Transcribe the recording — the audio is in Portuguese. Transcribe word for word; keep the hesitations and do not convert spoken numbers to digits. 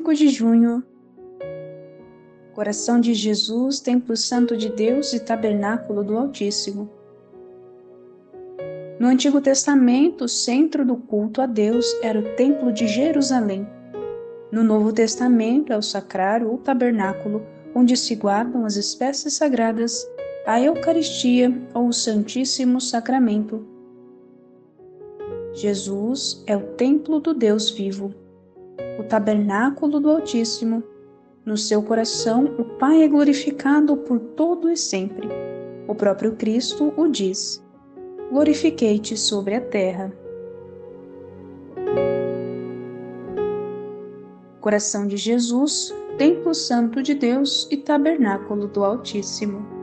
cinco de junho, Coração de Jesus, Templo Santo de Deus e Tabernáculo do Altíssimo. No Antigo Testamento, o centro do culto a Deus era o Templo de Jerusalém. No Novo Testamento é o sacrário ou tabernáculo, onde se guardam as espécies sagradas, a Eucaristia ou o Santíssimo Sacramento. Jesus é o templo do Deus vivo, o tabernáculo do Altíssimo. No seu coração, o Pai é glorificado por todo e sempre. O próprio Cristo o diz: glorifiquei-te sobre a terra. Coração de Jesus, Templo Santo de Deus e Tabernáculo do Altíssimo.